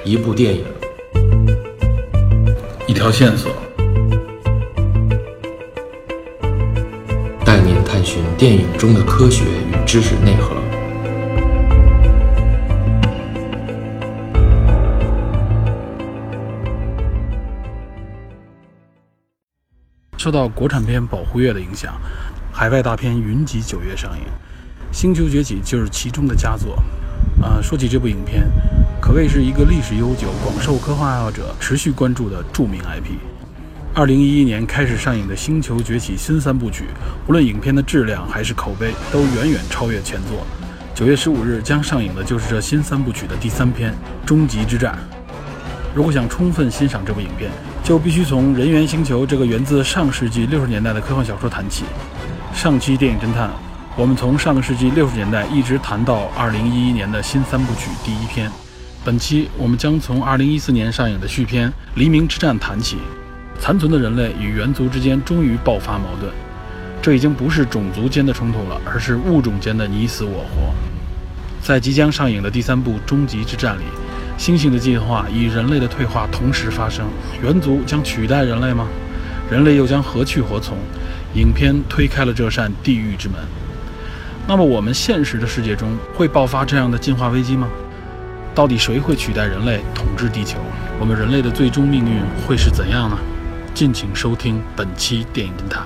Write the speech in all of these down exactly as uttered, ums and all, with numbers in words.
一部电影， 一条线索， 带您探寻电影中的科学与知识内核。 受到国产片保护月的影响，海外大片云集九月上映，《星球崛起》就是其中的佳作。啊、呃，说起这部影片，可谓是一个历史悠久、广受科幻爱好者持续关注的著名 I P。二零一一年开始上映的《星球崛起》新三部曲，无论影片的质量还是口碑，都远远超越前作。九月十五日将上映的就是这新三部曲的第三篇《终极之战》。如果想充分欣赏这部影片，就必须从《人猿星球》这个源自上世纪六十年代的科幻小说谈起。上期电影侦探，我们从上个世纪六十年代一直谈到二零一一年的新三部曲第一篇。本期我们将从二零一四年上映的续篇《黎明之战》谈起。残存的人类与猿族之间终于爆发矛盾，这已经不是种族间的冲突了，而是物种间的你死我活。在即将上映的第三部《终极之战》里，猩猩的进化与人类的退化同时发生，猿族将取代人类吗？人类又将何去何从？影片推开了这扇地狱之门。那么我们现实的世界中会爆发这样的进化危机吗？到底谁会取代人类统治地球？我们人类的最终命运会是怎样呢？敬请收听本期电影侦探。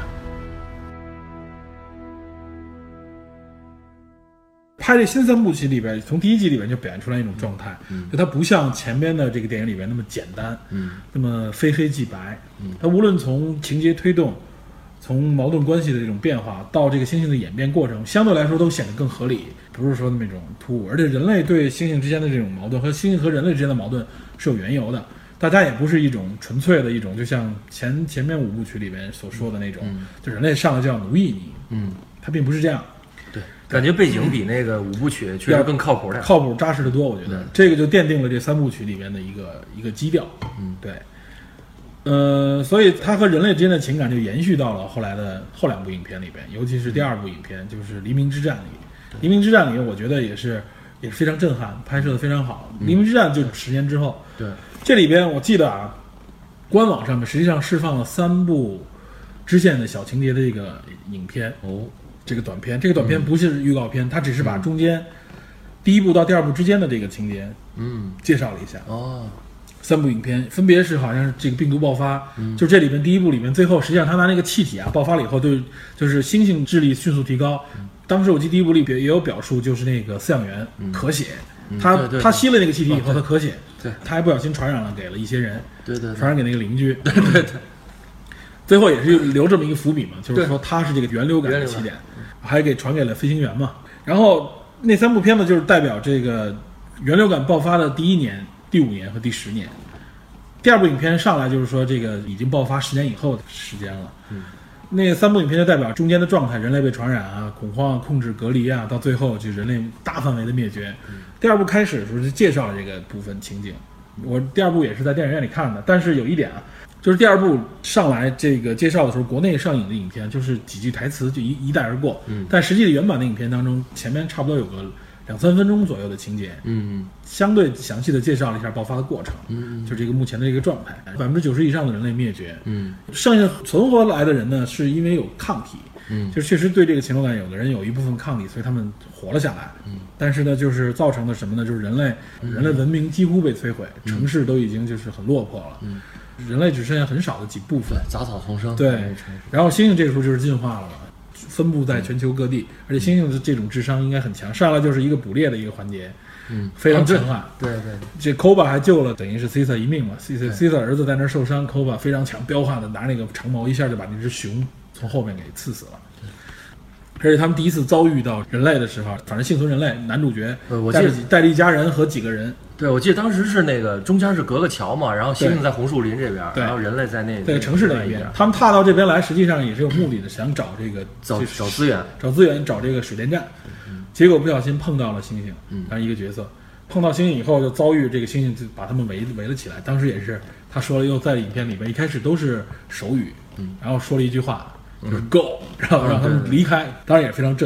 拍这新三部曲里边，从第一集里边就表现出来一种状态，嗯、就它不像前边的这个电影里边那么简单，嗯，那么非黑即白。嗯，它无论从情节推动，从矛盾关系的这种变化，到这个猩猩的演变过程，相对来说都显得更合理，不是说那么一种突兀。而且人类对猩猩之间的这种矛盾和猩猩和人类之间的矛盾是有缘由的。大家也不是一种纯粹的一种，就像前前面五部曲里面所说的那种，嗯、就人类上来就要奴役你，嗯，它并不是这样。 对，感觉背景比那个五部曲确实更靠谱点， 靠谱扎实的多。我觉得、嗯、这个就奠定了这三部曲里面的一个一个基调。嗯，对，呃，所以它和人类之间的情感就延续到了后来的后两部影片里边，尤其是第二部影片，就是《黎明之战》里，《黎明之战》里我觉得也是也是非常震撼，拍摄的非常好。《黎明之战》就十年之后， 对。 这里边我记得啊，官网上面实际上释放了三部支线的小情节的这个影片哦，这个短片，这个短片不是预告片，嗯、它只是把中间、嗯、第一部到第二部之间的这个情节嗯介绍了一下哦。三部影片分别是好像是这个病毒爆发，嗯、就这里边第一部里面最后实际上他拿那个气体啊爆发了以后，对，就是猩猩智力迅速提高。嗯、当时我记得第一部里也有表述，就是那个饲养员咳血。嗯、他对对对他吸了那个气体以后， 哦、 他咳血， 对， 他还不小心传染了给了一些人， 对 对, 对， 传染给那个邻居， 对对对。 最后也是留这么一个伏笔嘛，就是说他是这个源流感的起点，还给传给了飞行员嘛。然后那三部片子就是代表这个源流感爆发的第一年、第五年和第十年。第二部影片上来就是说这个已经爆发十年以后的时间了。嗯。那三部影片就代表中间的状态，人类被传染啊、恐慌、控制、隔离啊，到最后就人类大范围的灭绝。嗯、第二部开始的时候就介绍了这个部分情景，我第二部也是在电影院里看的，但是有一点啊，就是第二部上来这个介绍的时候，国内上映的影片就是几句台词就一一带而过，嗯，但实际的原版的影片当中，前面差不多有个两三分钟左右的情节，嗯，相对详细的介绍了一下爆发的过程，嗯，就这个目前的这个状态，百分之九十以上的人类灭绝，嗯，剩下存活来的人呢，是因为有抗体，嗯，就确实对这个禽流感，有的人有一部分抗体，所以他们活了下来，嗯，但是呢，就是造成了什么呢？就是人类，嗯、人类文明几乎被摧毁，嗯、城市都已经就是很落魄了，嗯，人类只剩下很少的几部分， 杂草丛生， 对，然后猩猩这个时候就是进化了嘛。分布在全球各地，而且猩猩的这种智商应该很强，上来就是一个捕猎的一个环节，嗯，非常震撼。 对 对, 对， 这 Koba 还救了等于是 Caesar 一命嘛 ，Caesar Caesar 儿子在那儿受伤 ，Koba 非常强，彪悍的拿那个长矛一下就把那只熊从后面给刺死了。而且他们第一次遭遇到人类的时候，反正幸存人类男主角带着带着一家人和几个人。 对，我记得当时是那个中间是隔个桥嘛，然后猩猩在红树林这边，然后人类在那在个城市那一边。他们踏到这边来，实际上也是有目的的，想找这个找找资源， 找资源，找这个水电站。嗯、结果不小心碰到了猩猩，当一个角色碰到猩猩以后，就遭遇这个猩猩就把他们围围了起来。当时也是他说了，又在影片里面一开始都是手语，嗯、然后说了一句话，就是 go，、嗯、然后让他们离开，当然也非常震撼。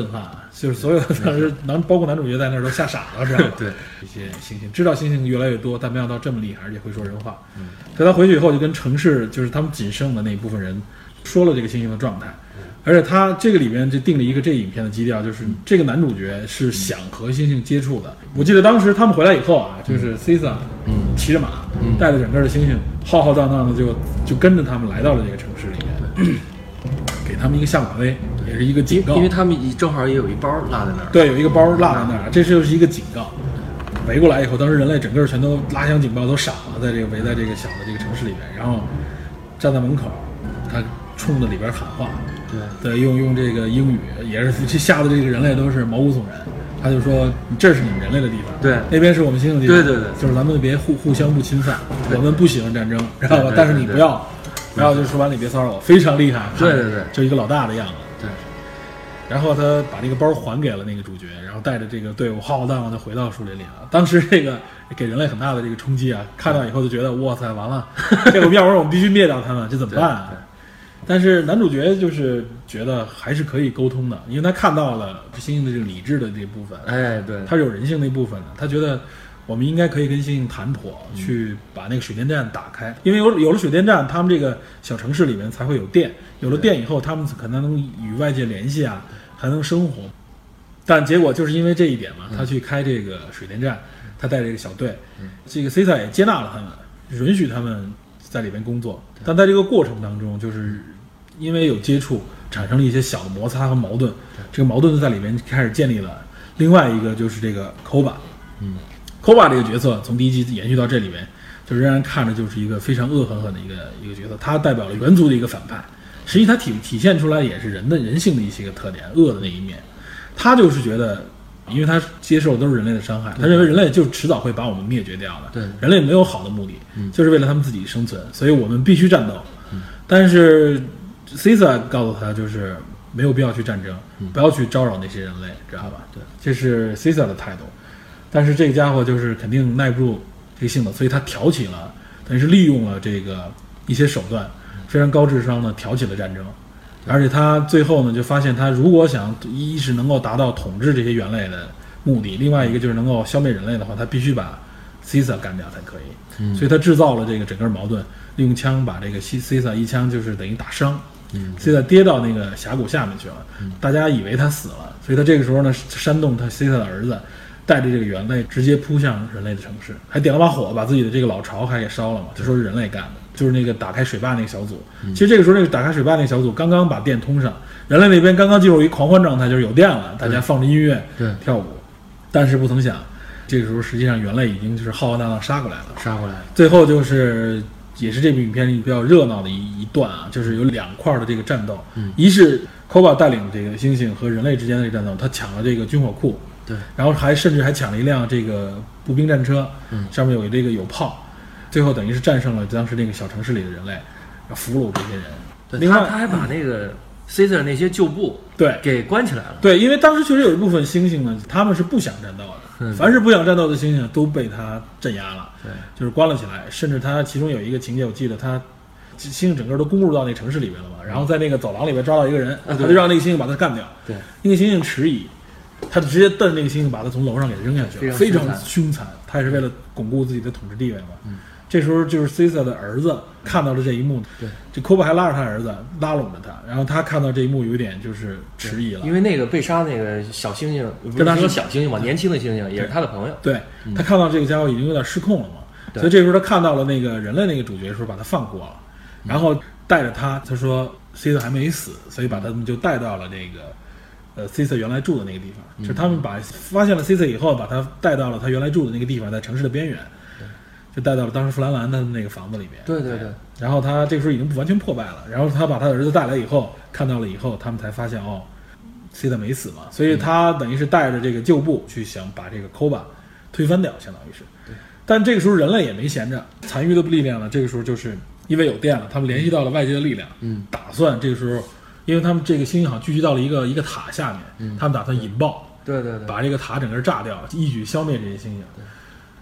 就是所有的当时男包括男主角在那儿都吓傻了，知道吗？ 对， 一些猩猩知道猩猩越来越多，但没想到这么厉害，而且会说人话。嗯，所以他回去以后就跟城市就是他们仅剩的那一部分人说了这个猩猩的状态。而且他这个里面就定了一个这个影片的基调，就是这个男主角是想和猩猩接触的。我记得当时他们回来以后啊，就是 Caesar 嗯骑着马，嗯、带着整个的猩猩浩浩荡荡的就就跟着他们来到了这个城市里面，给他们一个下马威，也是一个警告， 因为他们正好也有一包落在那儿。 对，有一个包落在那儿，这就是一个警告。围过来以后，当时人类整个全都拉响警报，都傻了，在这个围在这个小的这个城市里面，然后站在门口，他冲着里边喊话。对，用用这个英语也是，这吓得这个人类都是毛骨悚然。他就说：“这是你们人类的地方， 对， 那边是我们猩猩的地方， 对对对， 就是咱们别互互相不侵犯，我们不喜欢战争，知道吧？但是你不要，不要就说完你别骚扰我，非常厉害， 对对对， 就一个老大的样子， 对。 然后他把这个包还给了那个主角，然后带着这个队伍浩浩荡荡的回到树林里了。当时这个给人类很大的这个冲击啊，看到以后就觉得哇塞，完了，这个要不然我们必须灭掉他们，这怎么办啊？”但是男主角就是觉得还是可以沟通的，因为他看到了猩猩的这个理智的这部分， 哎，对， 他是有人性那部分的。他觉得我们应该可以跟猩猩谈妥，嗯、去把那个水电站打开，因为有有了水电站，他们这个小城市里面才会有电，有了电以后，他们可能能与外界联系啊，还能生活。但结果就是因为这一点嘛，他去开这个水电站，他带着这个小队，嗯、这个 Caesar 也接纳了他们，允许他们在里边工作，但在这个过程当中，就是因为有接触，产生了一些小的摩擦和矛盾。这个矛盾在里面开始建立了另外一个，就是这个 Koba。嗯 ，Koba 这个角色从第一集延续到这里面，就仍然看着就是一个非常恶狠狠的一个一个角色。他代表了猿族的一个反派，实际他体体现出来也是人的人性的一些个特点，恶的那一面。他就是觉得。因为他接受的都是人类的伤害，他认为人类就迟早会把我们灭绝掉的。 对， 人类没有好的目的，嗯、就是为了他们自己生存，所以我们必须战斗。 嗯、 但是 Caesar 告诉他，就是没有必要去战争，嗯、不要去招扰那些人类，知道吧？对，这是 Caesar 的态度。但是这个家伙就是肯定耐不住这个性子，所以他挑起了，等于是利用了这个一些手段，非常高智商的挑起了战争。而且他最后呢，就发现他如果想一是能够达到统治这些猿类的目的，另外一个就是能够消灭人类的话，他必须把 Caesar 干掉才可以。嗯、所以他制造了这个整个矛盾，利用枪把这个 Caesar 一枪就是等于打伤，嗯、Caesar 跌到那个峡谷下面去了，嗯、大家以为他死了，所以他这个时候呢煽动他 Caesar 的儿子带着这个猿类直接扑向人类的城市，还点了把火，把自己的这个老巢还给烧了嘛，就说是人类干的。就是那个打开水坝那个小组，其实这个时候那个打开水坝那个小组刚刚把电通上，人类那边刚刚进入一狂欢状态，就是有电了，大家放着音乐跳舞，但是不曾想，这个时候实际上猿类已经就是浩浩荡荡杀过来了， 杀过来。 最后就是也是这部影片里比较热闹的一一段啊，就是有两块的这个战斗，嗯、一是 Koba 带领这个猩猩和人类之间的这个战斗，他抢了这个军火库， 对， 然后还甚至还抢了一辆这个步兵战车，嗯、上面有这个有炮。最后等于是战胜了当时那个小城市里的人类，俘虏这些人。 另外，他还把那个 Caesar 那些旧部对给关起来了。 对，因为当时确实有一部分猩猩呢，他们是不想战斗的，嗯、凡是不想战斗的猩猩都被他镇压了， 对， 就是关了起来。甚至他其中有一个情节，我记得他猩猩整个都攻入到那城市里面了嘛，然后在那个走廊里面抓到一个人，他就让那个猩猩把他干掉。 对， 那个猩猩迟疑，他就直接瞪那个猩猩，把他从楼上给扔下去了，非常凶残。他也是为了巩固自己的统治地位嘛。嗯。这时候就是 Caesar 的儿子看到了这一幕， 对， 这 Koba 还拉着他儿子拉拢着他，然后他看到这一幕有点就是迟疑了， 因为那个被杀那个小猩猩， 跟他说小猩猩嘛，年轻的猩猩也是他的朋友， 对、嗯、他看到这个家伙已经有点失控了嘛，所以这时候他看到了那个人类那个主角的时候，把他放过了，然后带着他，他说 Caesar 还没死，所以把他们就带到了这个呃 Caesar 原来住的那个地方，嗯、就是他们把发现了 Caesar 以后，把他带到了他原来住的那个地方，在城市的边缘。就带到了当时弗兰兰的那个房子里面。 对对对。 然后他这个时候已经完全破败了。然后他把他的儿子带来以后，看到了以后，他们才发现哦 ，Caesar 没死嘛。所以他等于是带着这个旧部去想把这个 Koba 推翻掉，相当于是。 对。 但这个时候人类也没闲着，残余的力量呢，这个时候就是因为有电了，他们联系到了外界的力量，嗯，打算这个时候，因为他们这个猩猩好像聚集到了一个一个塔下面，嗯，他们打算引爆。 对对对， 把这个塔整个炸掉，一举消灭这些猩猩。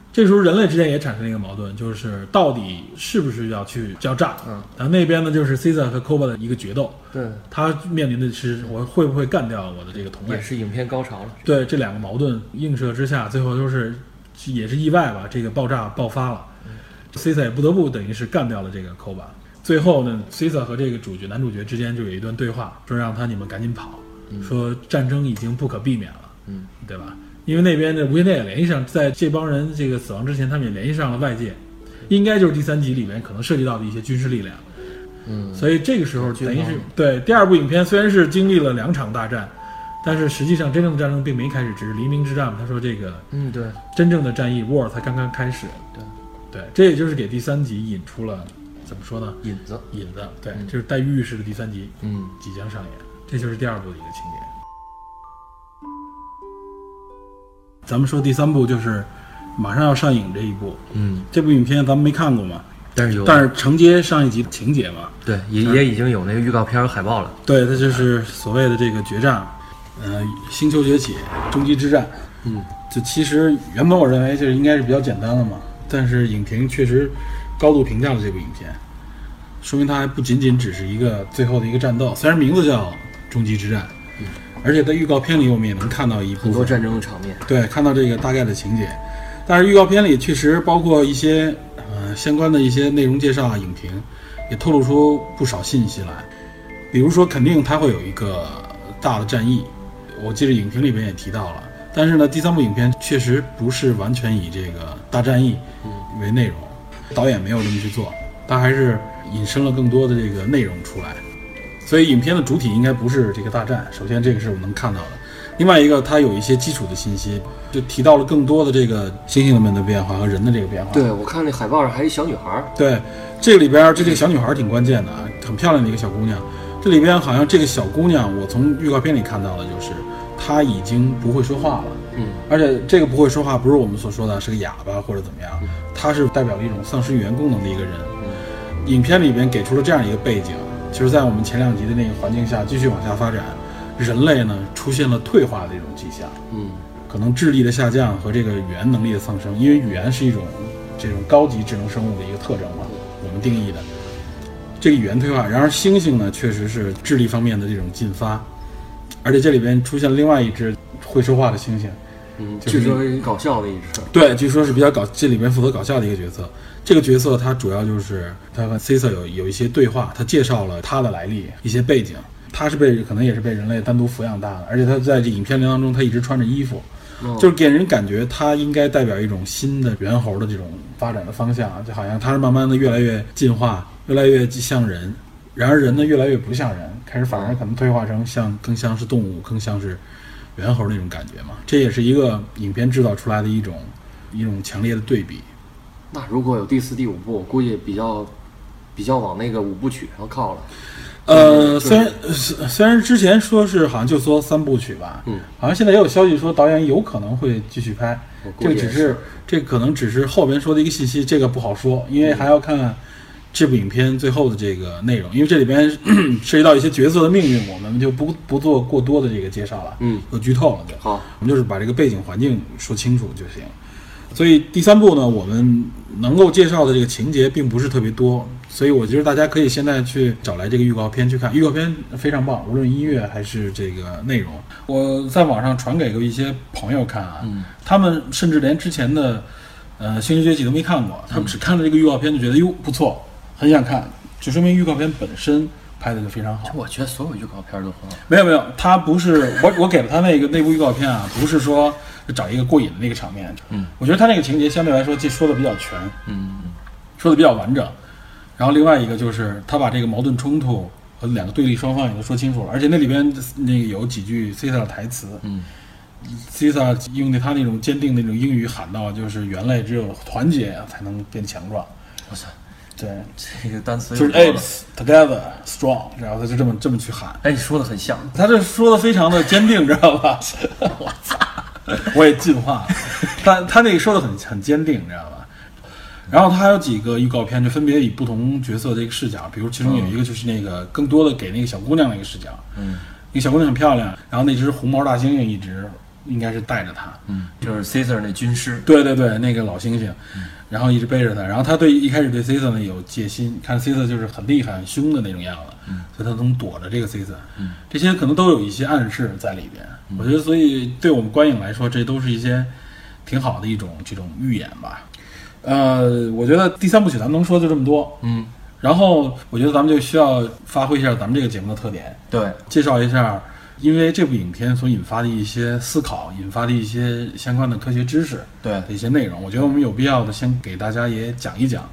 这时候人类之间也产生了一个矛盾，就是到底是不是要去交战？嗯，然后那边呢就是 Caesar 和 Koba 的一个决斗。对，他面临的是我会不会干掉我的这个同类， 也是影片高潮了。 对，这两个矛盾映射之下，最后就是也是意外吧，这个爆炸爆发了。嗯 Caesar 也不得不等于是干掉了这个 Koba。最后呢 Caesar 和这个主角男主角之间就有一段对话，说让他你们赶紧跑，嗯、说战争已经不可避免了，嗯，对吧？因为那边的无线电也联系上，在这帮人这个死亡之前，他们也联系上了外界，应该就是第三集里面可能涉及到的一些军事力量。嗯，所以这个时候等于是对第二部影片虽然是经历了两场大战，但是实际上真正的战争并没开始，只是黎明之战。他说这个， 嗯，对， 真正的战役 war 才刚刚开始。对，对，这也就是给第三集引出了怎么说呢？ 引子， 引子，对，嗯、就是带预示的第三集，嗯，即将上演，这就是第二部的一个情节。咱们说第三部就是马上要上映这一部，嗯，这部影片咱们没看过嘛， 但是有， 但是承接上一集的情节嘛， 对，也也已经有那个预告片和海报了。 对，它就是所谓的这个决战，呃，星球崛起，终极之战。嗯，这其实原本我认为这应该是比较简单的嘛，但是影评确实高度评价了这部影片，说明它还不仅仅只是一个最后的一个战斗，虽然名字叫终极之战。嗯，而且在预告片里我们也能看到一部分很多战争的场面， 对，看到这个大概的情节。但是预告片里确实包括一些呃相关的一些内容介绍啊，影评也透露出不少信息来。比如说肯定它会有一个大的战役，我记得影评里边也提到了。但是呢，第三部影片确实不是完全以这个大战役为内容，导演没有这么去做，他还是引申了更多的这个内容出来。所以影片的主体应该不是这个大战，首先这个是我能看到的。另外一个，它有一些基础的信息，就提到了更多的这个猩猩们的变化和人的这个变化。 对，我看那海报上还有一小女孩。 对，这个里边这这个小女孩挺关键的啊，很漂亮的一个小姑娘。这里边好像这个小姑娘，我从预告片里看到的就是她已经不会说话了。嗯，而且这个不会说话不是我们所说的是个哑巴或者怎么样，她是代表了一种丧失语言功能的一个人。嗯，影片里边给出了这样一个背景。就是在我们前两集的那个环境下继续往下发展，人类呢出现了退化的这种迹象，嗯，可能智力的下降和这个语言能力的上升，因为语言是一种这种高级智能生物的一个特征嘛，我们定义的这个语言退化。然而猩猩呢确实是智力方面的这种进发，而且这里边出现了另外一只会说话的猩猩， 嗯，据说是搞笑的一只， 对，据说是比较搞，这里边负责搞笑的一个角色。这个角色他主要就是他和 Caesar 有有一些对话，他介绍了他的来历、一些背景。他是被可能也是被人类单独抚养大的，而且他在这影片当中他一直穿着衣服，哦、就是给人感觉他应该代表一种新的猿猴的这种发展的方向，就好像他是慢慢的越来越进化，越来越像人，然而人呢越来越不像人，开始反而可能退化成像更像是动物，更像是猿猴那种感觉嘛。这也是一个影片制造出来的一种一种强烈的对比。 那如果有第四、第五部，我估计比较比较往那个五部曲上靠了。 呃，虽然虽然之前说是好像就说三部曲吧，嗯，好像现在也有消息说导演有可能会继续拍，这个只是这个可能只是后边说的一个信息，这个不好说，因为还要看这部影片最后的这个内容，因为这里边涉及到一些角色的命运，我们就不不做过多的这个介绍了，嗯，有剧透了就好，我们就是把这个背景环境说清楚就行。所以第三部呢，我们能够介绍的这个情节并不是特别多，所以我觉得大家可以现在去找来这个预告片去看，预告片非常棒，无论音乐还是这个内容。我在网上传给过一些朋友看啊，嗯、他们甚至连之前的呃《星球崛起》都没看过，他们只看了这个预告片就觉得哟不错，很想看，就说明预告片本身拍的就非常好。 我觉得所有预告片都很好。 没有没有，他不是我我给了他那个那部预告片啊，不是说找一个过瘾的那个场面，嗯，我觉得他那个情节相对来说说的比较全，嗯，说的比较完整。然后另外一个就是他把这个矛盾冲突和两个对立双方也都说清楚了，而且那里边那个有几句 Caesar 的台词，嗯 ，Caesar 用他那种坚定的那种英语喊到，就是人类只有团结才能变强壮。 我操！ 对， 这个单词就是 apes together strong， 然后他就这么这么去喊。 哎，你说的很像， 他这说的非常的坚定，知道吧？我操！我也进化了，他他那个说的很很坚定，知道吧？然后他还有几个预告片，就分别以不同角色的一个视角，比如其中有一个就是那个更多的给那个小姑娘那个视角，嗯，那个小姑娘很漂亮，然后那只红毛大猩猩一直应该是带着他， 嗯，就是 Caesar 那军师， 对对对，那个老猩猩，嗯、然后一直背着他，然后他对一开始对 Caesar 呢有戒心，看 Caesar 就是很厉害、很凶的那种样子，嗯，所以他总躲着这个 Caesar，嗯，这些可能都有一些暗示在里边。嗯、我觉得，所以对我们观影来说，这都是一些挺好的一种这种预演吧。呃，我觉得第三部曲咱们能说就这么多， 嗯， 然后我觉得咱们就需要发挥一下咱们这个节目的特点， 对， 介绍一下。因为这部影片所引发的一些思考，引发的一些相关的科学知识， 对的一些内容，我觉得我们有必要的先给大家也讲一讲。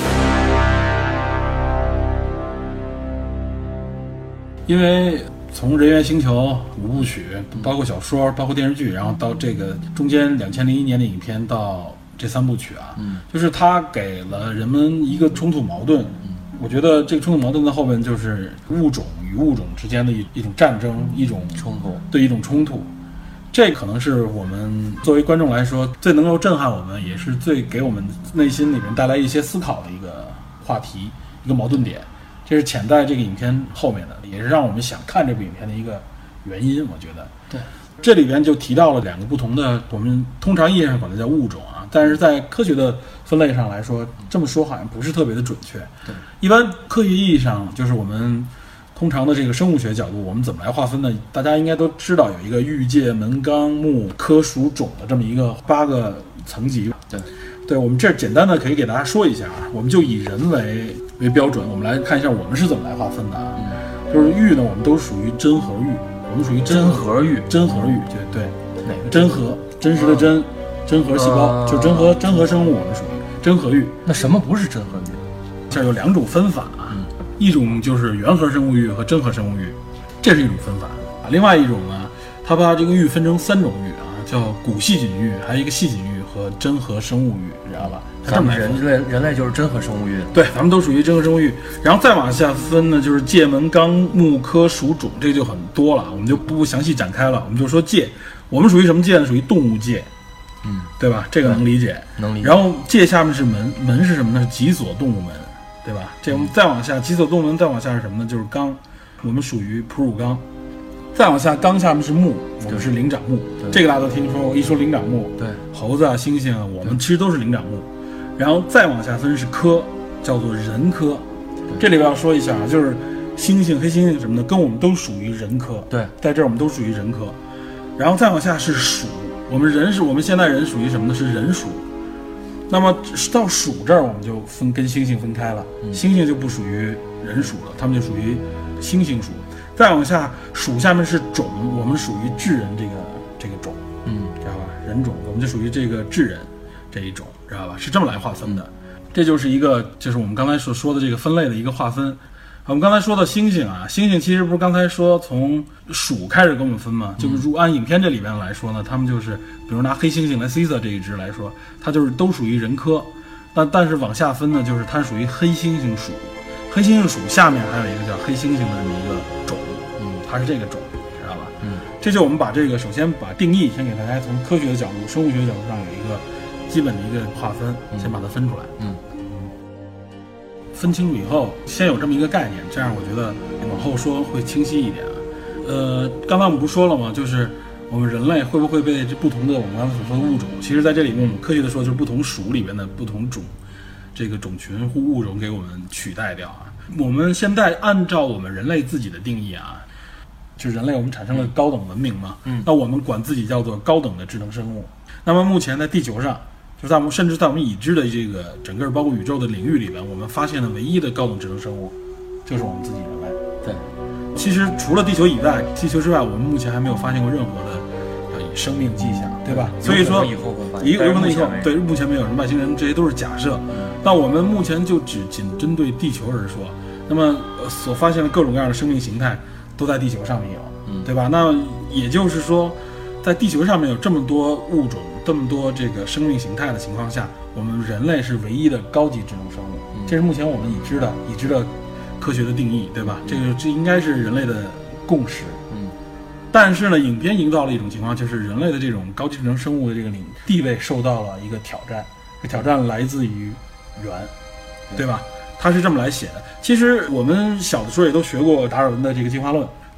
因为从《人猿星球》五部曲，包括小说，包括电视剧，然后到这个中间两千零一年的影片到这三部曲啊，嗯，就是它给了人们一个冲突矛盾。嗯，我觉得这个冲突矛盾的后面就是物种与物种之间的一一种战争，一种冲突， 对一种冲突。这可能是我们作为观众来说最能够震撼我们，也是最给我们内心里面带来一些思考的一个话题，一个矛盾点。这是潜在这个影片后面的，也是让我们想看这部影片的一个原因。我觉得， 对， 这里边就提到了两个不同的，我们通常意义上管它叫物种啊，但是在科学的分类上来说，这么说好像不是特别的准确。 对， 一般科学意义上就是我们通常的这个生物学角度，我们怎么来划分呢？大家应该都知道有一个玉界门纲目科属种的这么一个八个层级。 对， 对，我们这简单的可以给大家说一下啊，我们就以人为为标准，我们来看一下我们是怎么来划分的啊。嗯、就是玉呢，我们都属于真核玉，我们属于真核玉， 真核玉，对对， 哪个真核？真实的真，嗯、真核细胞，嗯、就是真核真核生物，我们属于真核玉。 那什么不是真核玉？ 这有两种分法啊。嗯，一种就是原核生物玉和真核生物玉，这是一种分法啊。另外一种呢，它把这个玉分成三种玉啊，叫古细菌玉，还有一个细菌玉和真核生物玉，你知道吧？ 咱们人类人类就是真核生物玉， 对，咱们都属于真核生物玉。然后再往下分呢，就是界门纲目科属种，这个就很多了，我们就不详细展开了。我们就说界，我们属于什么界呢？属于动物界，嗯，对吧？这个能理解， 能理解。 然后界下面是门，门是什么呢？是脊索动物门。对吧？这我们再往下，脊索动物门再往下是什么呢？就是纲，我们属于哺乳纲。再往下，纲下面是目，我们是灵长目。这个大家都听说过，一说灵长目， 对， 猴子啊、猩猩啊，我们其实都是灵长目。然后再往下分是科，叫做人科。这里边要说一下啊，就是猩猩、黑猩猩什么的，跟我们都属于人科。 对， 在这儿我们都属于人科。然后再往下是属，我们人是我们现代人属于什么呢？是人属。那么到鼠这儿，我们就分跟猩猩分开了，嗯、猩猩就不属于人属了，他们就属于猩猩属。再往下，属下面是种，我们属于智人这个这个种，嗯，知道吧？人种，我们就属于这个智人这一种，知道吧？是这么来划分的。嗯、这就是一个，就是我们刚才所说的这个分类的一个划分。我们刚才说到猩猩啊，猩猩其实不是刚才说从属开始给我们分吗？就是如按影片这里边来说呢，他们就是比如拿黑猩猩来 Caesar 这一只来说，它就是都属于人科，但但是往下分呢，就是它属于黑猩猩属，黑猩猩属下面还有一个叫黑猩猩的这么一个种，嗯，它是这个种，知道吧？嗯，这就我们把这个首先把定义先给大家从科学的角度、生物学的角度上有一个基本的一个划分，先把它分出来，嗯。分清楚以后，先有这么一个概念，这样我觉得往后说会清晰一点啊。呃，刚才我们不是说了吗？就是我们人类会不会被这不同的我们刚才所说的物种，其实在这里面我们科学的说就是不同属里边的不同种，这个种群或物种给我们取代掉啊。我们现在按照我们人类自己的定义啊，就是人类我们产生了高等文明嘛，嗯，那我们管自己叫做高等的智能生物。那么目前在地球上。就在我们甚至在我们已知的这个整个包括宇宙的领域里边，我们发现的唯一的高等智能生物，就是我们自己人类。 对， 其实除了地球以外，地球之外，我们目前还没有发现过任何的呃生命迹象，对吧？所以说以后会发现，有可能以后对目前没有什么外星人，这些都是假设。那我们目前就只仅针对地球而说，那么所发现的各种各样的生命形态都在地球上面有，对吧？那也就是说，在地球上面有这么多物种。这么多这个生命形态的情况下，我们人类是唯一的高级智能生物，嗯、这是目前我们已知的已知的科学的定义，对吧？嗯、这个这应该是人类的共识。嗯，但是呢，影片营造了一种情况，就是人类的这种高级智能生物的这个领地位受到了一个挑战，这挑战来自于猿，对吧？它是这么来写的。其实我们小的时候也都学过达尔文的这个进化论。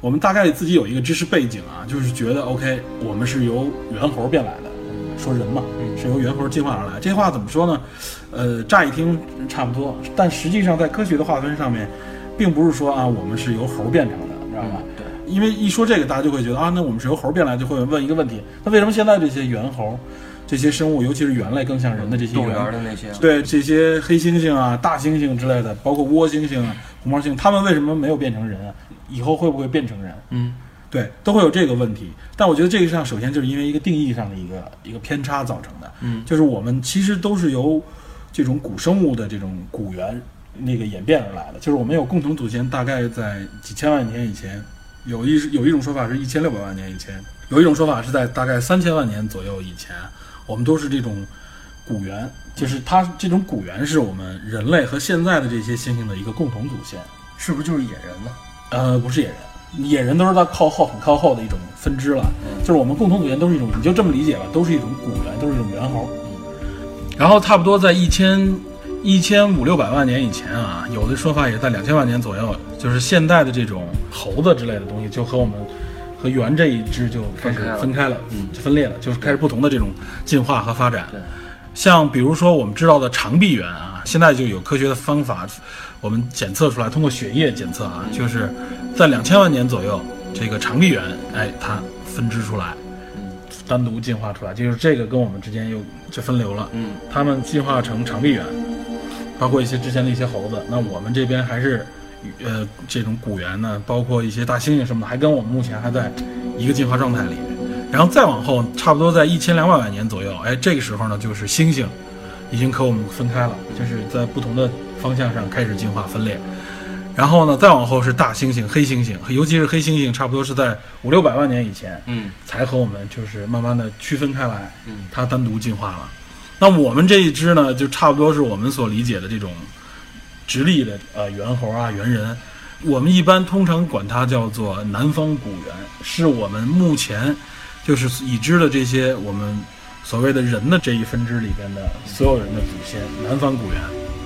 我们大概自己有一个知识背景啊，就是觉得 OK， 我们是由猿猴变来的，说人嘛，是由猿猴进化而来。这话怎么说呢？呃，乍一听差不多，但实际上在科学的划分上面，并不是说啊，我们是由猴变成的，你知道吧？ 嗯、对。 因为一说这个，大家就会觉得啊，那我们是由猴变来，就会问一个问题：那为什么现在这些猿猴、这些生物，尤其是猿类更像人的这些动物园的那些， 对这些黑猩猩啊、大猩猩之类的，包括窝猩猩啊、红毛猩猩，他们为什么没有变成人啊？以后会不会变成人？ 嗯， 对，都会有这个问题。但我觉得这个上，首先就是因为一个定义上的一个一个偏差造成的。 嗯， 就是我们其实都是由这种古生物的这种古猿那个演变而来的，就是我们有共同祖先，大概在几千万年以前。有一有一种说法是一千六百万年以前，有一种说法是在大概三千万年左右以前，我们都是这种古猿，就是它这种古猿是我们人类和现在的这些猩猩的一个共同祖先， 是不是就是野人呢？ 呃，不是野人，野人都是在靠后很靠后的一种分支了， 嗯、 就是我们共同祖先都是一种，你就这么理解吧，都是一种古猿，都是一种猿猴。嗯、然后差不多在一千一千五六百万年以前啊，有的说法也在两千万年左右，就是现代的这种猴子之类的东西，就和我们和猿这一支就开始分开了，嗯，就分裂了，就是开始不同的这种进化和发展。 对， 像比如说我们知道的长臂猿啊，现在就有科学的方法，我们检测出来，通过血液检测啊，就是在两千万年左右，这个长臂猿，哎，它分支出来，单独进化出来，就是这个跟我们之间又就分流了， 嗯， 它们进化成长臂猿。包括一些之前的一些猴子，那我们这边还是，呃，这种古猿呢，包括一些大猩猩什么的，还跟我们目前还在一个进化状态里面。然后再往后，差不多在一千两百万年左右，哎，这个时候呢，就是猩猩已经和我们分开了，就是在不同的方向上开始进化分裂。然后呢，再往后是大猩猩、黑猩猩，尤其是黑猩猩，差不多是在五六百万年以前， 嗯， 才和我们就是慢慢的区分开来， 嗯， 它单独进化了。那我们这一支呢，就差不多是我们所理解的这种直立的呃猿猴啊、猿人，我们一般通常管它叫做南方古猿，是我们目前就是已知的这些我们所谓的人的这一分支里边的所有人的祖先，南方古猿。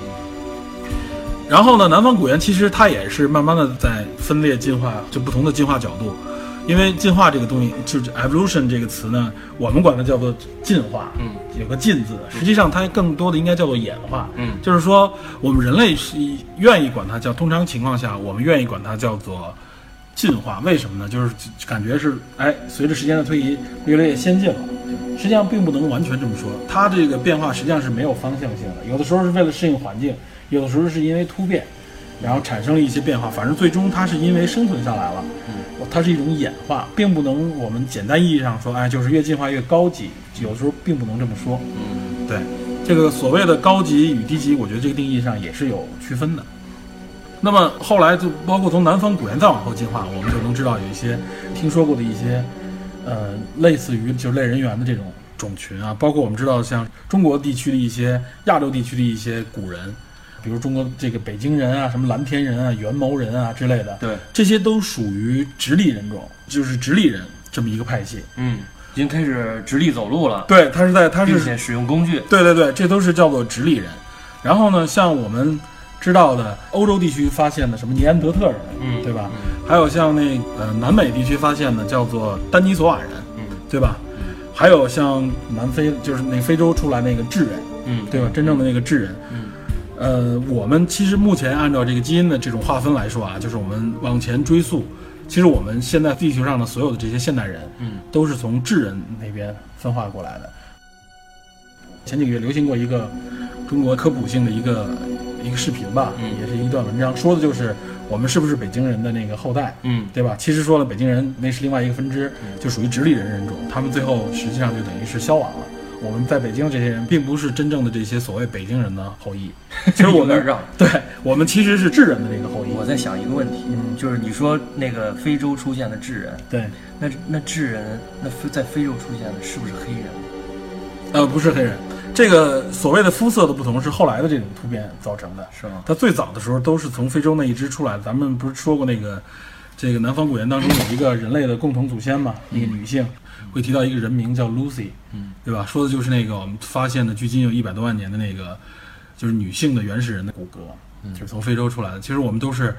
然后呢，南方古猿其实它也是慢慢的在分裂进化，就不同的进化角度。因为进化这个东西，就是 evolution 这个词呢，我们管它叫做进化， 嗯， 有个进字，实际上它更多的应该叫做演化， 嗯， 就是说我们人类是愿意管它叫，通常情况下我们愿意管它叫做进化，为什么呢？就是感觉是，哎，随着时间的推移，越来越先进了。实际上并不能完全这么说，它这个变化实际上是没有方向性的，有的时候是为了适应环境，有的时候是因为突变，然后产生了一些变化，反正最终它是因为生存下来了。它是一种演化，并不能我们简单意义上说，哎，就是越进化越高级，有时候并不能这么说。 嗯， 对，这个所谓的高级与低级，我觉得这个定义上也是有区分的。那么后来就包括从南方古猿再往后进化，我们就能知道有一些听说过的一些，呃，类似于就是类人猿的这种种群啊，包括我们知道像中国地区的一些、亚洲地区的一些古人。比如中国这个北京人啊，什么蓝田人啊、元谋人啊之类的， 对， 这些都属于直立人种，就是直立人这么一个派系。 嗯，已经开始直立走路了。 对，他是在他是并且使用工具。 对对对，这都是叫做直立人。然后呢，像我们知道的欧洲地区发现的什么尼安德特人， 嗯， 对吧？ 嗯、 还有像那呃南美地区发现的叫做丹尼索瓦人， 嗯， 对吧？嗯、还有像南非，就是那非洲出来那个智人， 嗯， 对吧？真正的那个智人， 嗯。 呃，我们其实目前按照这个基因的这种划分来说啊，就是我们往前追溯，其实我们现在地球上的所有的这些现代人， 嗯， 都是从智人那边分化过来的。前几个月流行过一个中国科普性的一个一个视频吧， 嗯， 也是一段文章，说的就是我们是不是北京人的那个后代， 嗯， 对吧？其实说了，北京人那是另外一个分支， 嗯、 就属于直立人人种，他们最后实际上就等于是消亡了。我们在北京这些人并不是真正的这些所谓北京人的后裔，其实我们对我们其实是智人的这个后裔。 我在想一个问题， 嗯， 就是你说那个非洲出现的智人， 对， 那那智人那在非洲出现的是不是黑人？ 呃，不是黑人，这个所谓的肤色的不同是后来的这种突变造成的， 是吗？ 它最早的时候都是从非洲那一支出来的。咱们不是说过那个这个南方古猿当中有一个人类的共同祖先嘛，一个女性。会提到一个人名叫 Lucy， 嗯， 对吧？说的就是那个我们发现的距今有一百多万年的那个，就是女性的原始人的骨骼，嗯，就是从非洲出来的。其实我们都是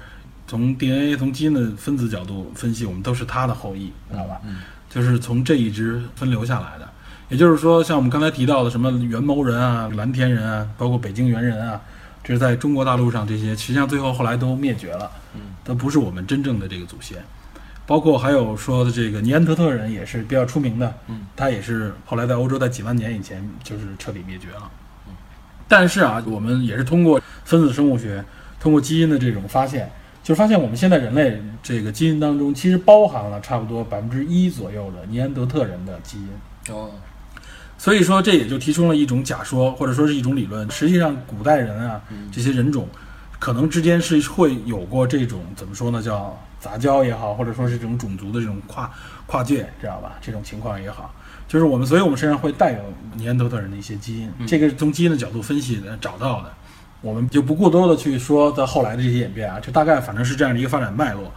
从 D N A 从基因的分子角度分析，我们都是它的后裔，知道吧？嗯，就是从这一支分流下来的。也就是说，像我们刚才提到的什么元谋人啊、蓝田人啊，包括北京猿人啊，这是在中国大陆上这些，实际上最后后来都灭绝了，嗯，都不是我们真正的这个祖先。包括还有说的这个尼安德特人也是比较出名的，嗯，他也是后来在欧洲在几万年以前就是彻底灭绝了。嗯，但是啊，我们也是通过分子生物学，通过基因的这种发现，就发现我们现在人类这个基因当中其实包含了差不多百分之一左右的尼安德特人的基因。哦。所以说，这也就提出了一种假说，或者说是一种理论。实际上，古代人啊，这些人种，可能之间是会有过这种怎么说呢，叫杂交也好，或者说是这种种族的这种跨跨界，知道吧？这种情况也好，就是我们，所以我们身上会带有尼安德特人的一些基因，这个是从基因的角度分析的找到的。我们就不过多的去说在后来的这些演变啊，就大概反正是这样的一个发展脉络。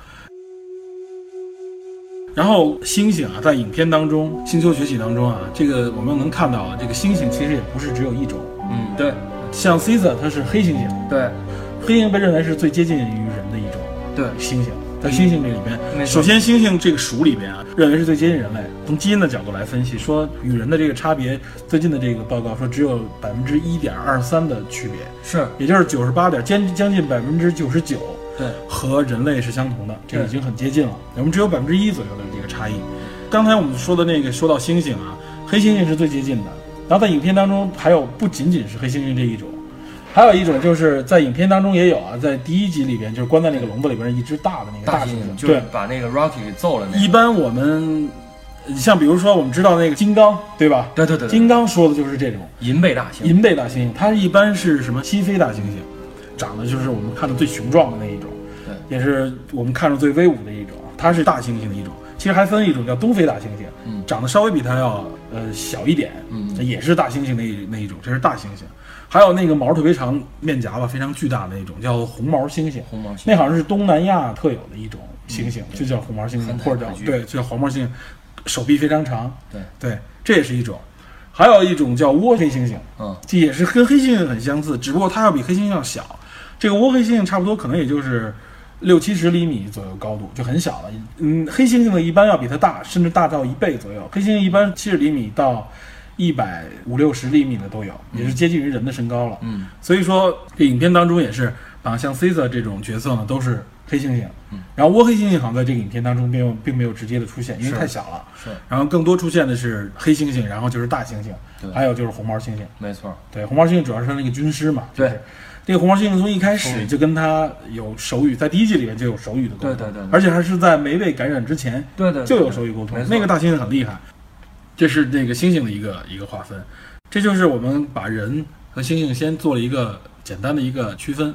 然后猩猩啊，在影片当中，《星球崛起》当中啊，这个我们能看到啊，这个猩猩其实也不是只有一种。 嗯，对， 像 Caesar 它是黑猩猩， 对， 黑猩猩被认为是最接近于人的一种。 对， 猩猩在猩猩这里边，首先猩猩这个属里边啊，认为是最接近人类。从基因的角度来分析，说与人的这个差别，最近的这个报告说只有百分之一点二三的区别， 是， 也就是九十八点将将近百分之九十九。 对， 和人类是相同的，这已经很接近了。我们只有百分之一左右的这个差异。刚才我们说的那个说到猩猩啊，黑猩猩是最接近的。然后在影片当中还有不仅仅是黑猩猩这一种，还有一种就是在影片当中也有啊，在第一集里边就是关在那个笼子里边一只大的那个大猩猩， 就是把那个 Rocky 给揍了那个。 一般我们像比如说我们知道那个金刚，对吧？ 对对 对, 对， 金刚说的就是这种银背大猩猩。 银背大猩猩，它一般是什么西非大猩猩？长得就是我们看的最雄壮的那一种，对，也是我们看着最威武的一种。它是大猩猩的一种，其实还分一种叫东非大猩猩，嗯，长得稍微比它要呃小一点，嗯，也是大猩猩那那一种，这是大猩猩。还有那个毛特别长、面颊吧非常巨大的那种叫红毛猩猩， 红毛猩猩那好像是东南亚特有的一种猩猩，嗯、就叫红毛猩猩，或者叫对，就叫黄毛猩猩，手臂非常长， 对对，这也是一种。还有一种叫倭黑猩猩，嗯，这也是跟黑猩猩很相似，只不过它要比黑猩猩要小。这个倭黑猩猩差不多可能也就是六七十厘米左右高度，就很小了。嗯，黑猩猩呢一般要比它大，甚至大到一倍左右。黑猩猩一般七十厘米到一百五六十厘米的都有，也是接近于人的身高了。嗯，所以说这影片当中也是把像 Caesar 这种角色呢都是黑猩猩，嗯，然后倭黑猩猩好像在这个影片当中并有并没有直接的出现，因为太小了。 是， 然后更多出现的是黑猩猩，然后就是大猩猩，还有就是红毛猩猩。 没错， 对，红毛猩猩主要是他那个军师嘛。 对。 就是这个红毛猩猩从一开始就跟他有手语，在第一季里面就有手语的沟通， 对对 对, 对， 而且还是在没被感染之前， 对 对, 对, 对， 就有手语沟通。那个大猩猩很厉害，这是那个猩猩的一个一个划分，这就是我们把人和猩猩先做了一个简单的一个区分。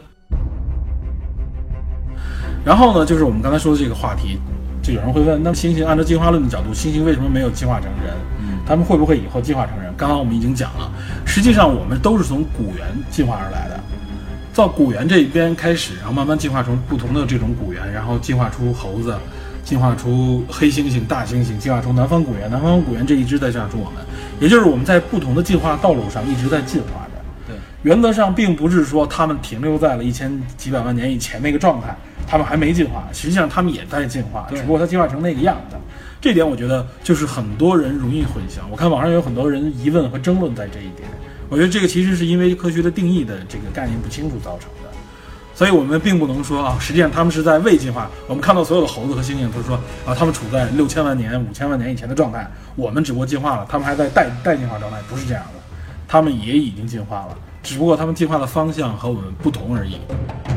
然后呢，就是我们刚才说的这个话题，就有人会问，那么猩猩按照进化论的角度，猩猩为什么没有进化成人？嗯，他们会不会以后进化成人？刚刚我们已经讲了，实际上我们都是从古猿进化而来的。到古猿这边开始，然后慢慢进化成不同的这种古猿，然后进化出猴子，进化出黑猩猩、大猩猩，进化出南方古猿，南方古猿这一支再进化出我们，也就是我们在不同的进化道路上一直在进化着。 对， 原则上并不是说他们停留在了一千几百万年以前那个状态，他们还没进化，实际上他们也在进化，只不过它进化成那个样子。这点我觉得就是很多人容易混淆，我看网上有很多人疑问和争论在这一点。我觉得这个其实是因为科学的定义的这个概念不清楚造成的，所以我们并不能说啊，实际上他们是在未进化。我们看到所有的猴子和猩猩都说啊，他们处在六千万年、五千万年以前的状态，我们只不过进化了，他们还在待待进化状态，不是这样的，他们也已经进化了，只不过他们进化的方向和我们不同而已。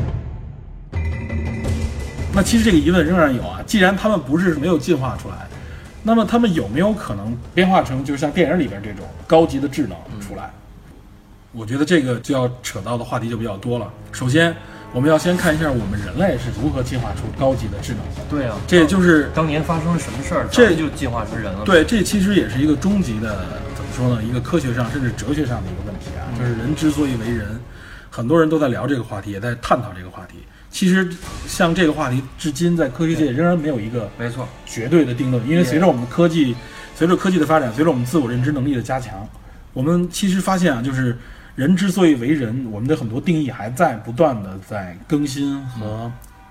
那其实这个疑问仍然有啊，既然他们不是没有进化出来，那么他们有没有可能变化成就像电影里边这种高级的智能出来？嗯，我觉得这个就要扯到的话题就比较多了。首先，我们要先看一下我们人类是如何进化出高级的智能的。 对啊， 这也就是当年发生了什么事儿，这就进化成人了。 对，这其实也是一个终极的，怎么说呢？一个科学上甚至哲学上的一个问题啊，嗯、就是人之所以为人，很多人都在聊这个话题，也在探讨这个话题。其实，像这个话题，至今在科学界仍然没有一个没错绝对的定论，因为随着我们科技，随着科技的发展，随着我们自我认知能力的加强，我们其实发现啊，就是人之所以为人，我们的很多定义还在不断的在更新和、嗯、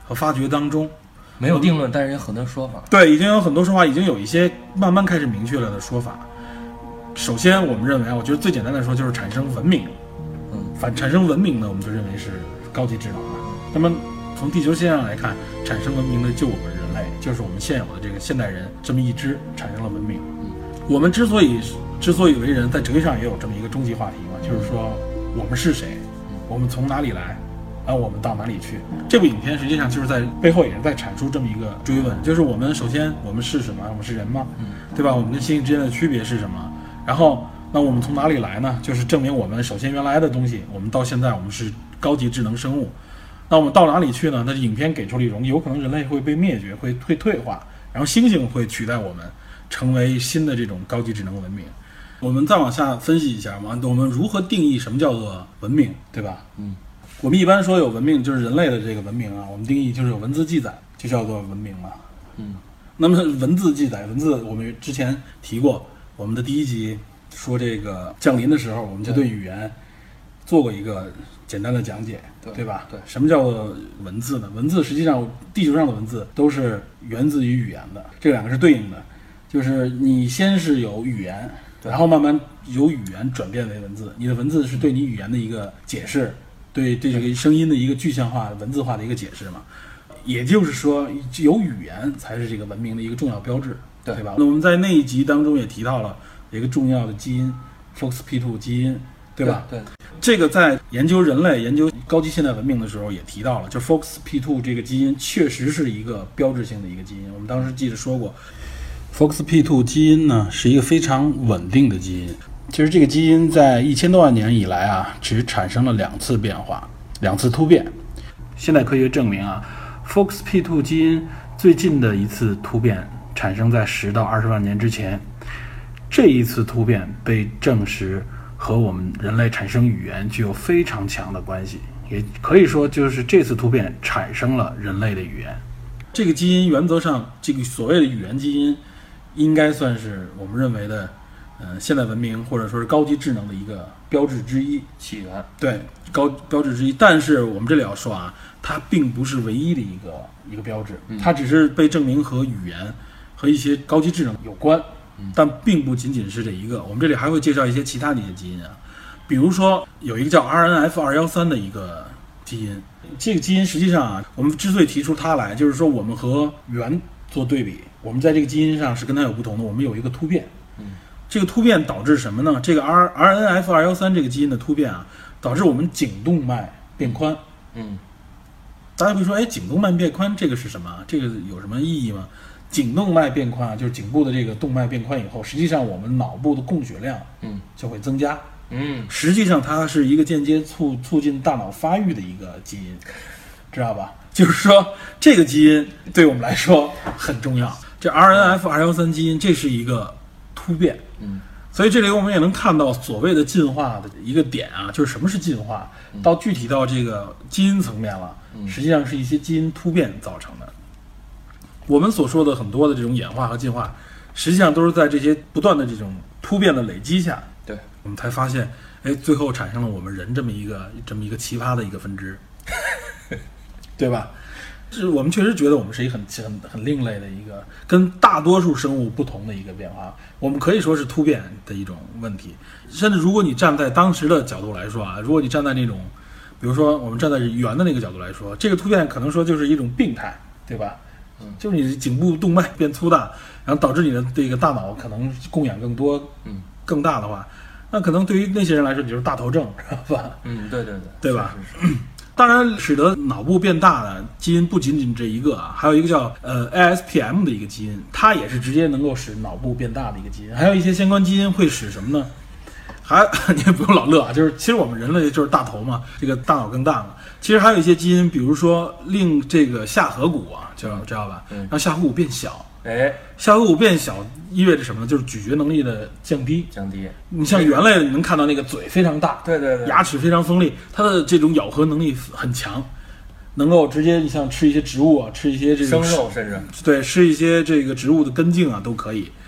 和发掘当中。 没有定论，但是有很多说法。 对，已经有很多说法，已经有一些慢慢开始明确了的说法。首先，我们认为，我觉得最简单的说就是产生文明。 嗯， 反产生文明呢，我们就认为是高级智能的。那么从地球线上来看，产生文明的就我们人类，就是我们现有的这个现代人这么一支产生了文明。嗯，我们之所以之所以为人，在哲学上也有这么一个终极话题嘛，就是说我们是谁，我们从哪里来。然后我们到哪里去？这部影片实际上就是在背后也是在阐述这么一个追问，就是我们首先我们是什么？我们是人吗？对吧？我们跟猩猩之间的区别是什么？然后那我们从哪里来呢？就是证明我们首先原来的东西，我们到现在我们是高级智能生物。那我们到哪里去呢？那影片给出了一种有可能人类会被灭绝，会会退化，然后猩猩会取代我们，成为新的这种高级智能文明。我们再往下分析一下嘛，我们如何定义什么叫做文明，对吧？嗯。我们一般说有文明，就是人类的这个文明啊，我们定义就是有文字记载，就叫做文明了。嗯，那么文字记载，文字我们之前提过，我们的第一集说这个降临的时候，我们就对语言做过一个简单的讲解， 对, 对吧？对，什么叫做文字呢？文字实际上地球上的文字都是源自于语言的，这两个是对应的，就是你先是有语言，然后慢慢由语言转变为文字，你的文字是对你语言的一个解释。对对这个声音的一个具象化、文字化的一个解释嘛，也就是说，有语言才是这个文明的一个重要标志， 对, 对吧？那我们在那一集当中也提到了一个重要的基因 F O X P 二 基因，对吧？对，对这个在研究人类、研究高级现代文明的时候也提到了，就 F O X P 二 这个基因确实是一个标志性的一个基因。我们当时记得说过 ，F O X P 二 基因呢是一个非常稳定的基因。其实这个基因在一千多万年以来啊，只产生了两次变化，两次突变。现代科学证明啊 ，F O X P 二 基因最近的一次突变产生在十到二十万年之前。这一次突变被证实和我们人类产生语言具有非常强的关系，也可以说就是这次突变产生了人类的语言。这个基因原则上，这个所谓的语言基因，应该算是我们认为的。呃，现代文明或者说是高级智能的一个标志之一，起源对高标志之一。但是我们这里要说啊，它并不是唯一的一个一个标志，它只是被证明和语言和一些高级智能有关，但并不仅仅是这一个。我们这里还会介绍一些其他的一些基因啊，比如说有一个叫 R N F 二一三的一个基因，这个基因实际上啊，我们之所以提出它来，就是说我们和猿做对比，我们在这个基因上是跟它有不同的，我们有一个突变。这个突变导致什么呢？这个 R R N F 二一三这个基因的突变啊，导致我们颈动脉变宽。嗯，大家会说，哎，颈动脉变宽这个是什么？这个有什么意义吗？颈动脉变宽啊，就是颈部的这个动脉变宽以后，实际上我们脑部的供血量，嗯，就会增加。嗯，实际上它是一个间接促促进大脑发育的一个基因，知道吧？就是说这个基因对我们来说很重要。这 R N F 二一三基因，这是一个突变。嗯，所以这里我们也能看到所谓的进化的一个点啊，就是什么是进化？到具体到这个基因层面了，实际上是一些基因突变造成的。我们所说的很多的这种演化和进化，实际上都是在这些不断的这种突变的累积下，对我们才发现，哎，最后产生了我们人这么一个这么一个奇葩的一个分支，对吧？是我们确实觉得我们是一个很很很另类的一个跟大多数生物不同的一个变化，我们可以说是突变的一种问题。甚至如果你站在当时的角度来说啊，如果你站在那种比如说我们站在猿的那个角度来说，这个突变可能说就是一种病态，对吧？嗯，就是你颈部动脉变粗大，然后导致你的这个大脑可能供氧更多，嗯，更大的话，那可能对于那些人来说，你就是大头症，是吧？嗯，对对对，对吧？是是是当然，使得脑部变大的基因不仅仅这一个啊，还有一个叫呃 A S P M 的一个基因，它也是直接能够使脑部变大的一个基因。还有一些相关基因会使什么呢？还你也不用老乐啊，就是其实我们人类就是大头嘛，这个大脑更大嘛。其实还有一些基因，比如说令这个下颌骨啊，知道知道吧？让下颌骨变小。哎，下颌骨变小意味着什么呢？就是咀嚼能力的降低。降低。你像猿类，你能看到那个嘴非常大，对对对，牙齿非常锋利，它的这种咬合能力很强，能够直接你像吃一些植物啊，吃一些这个生肉，甚至对吃一些这个植物的根茎啊都可以。嗯、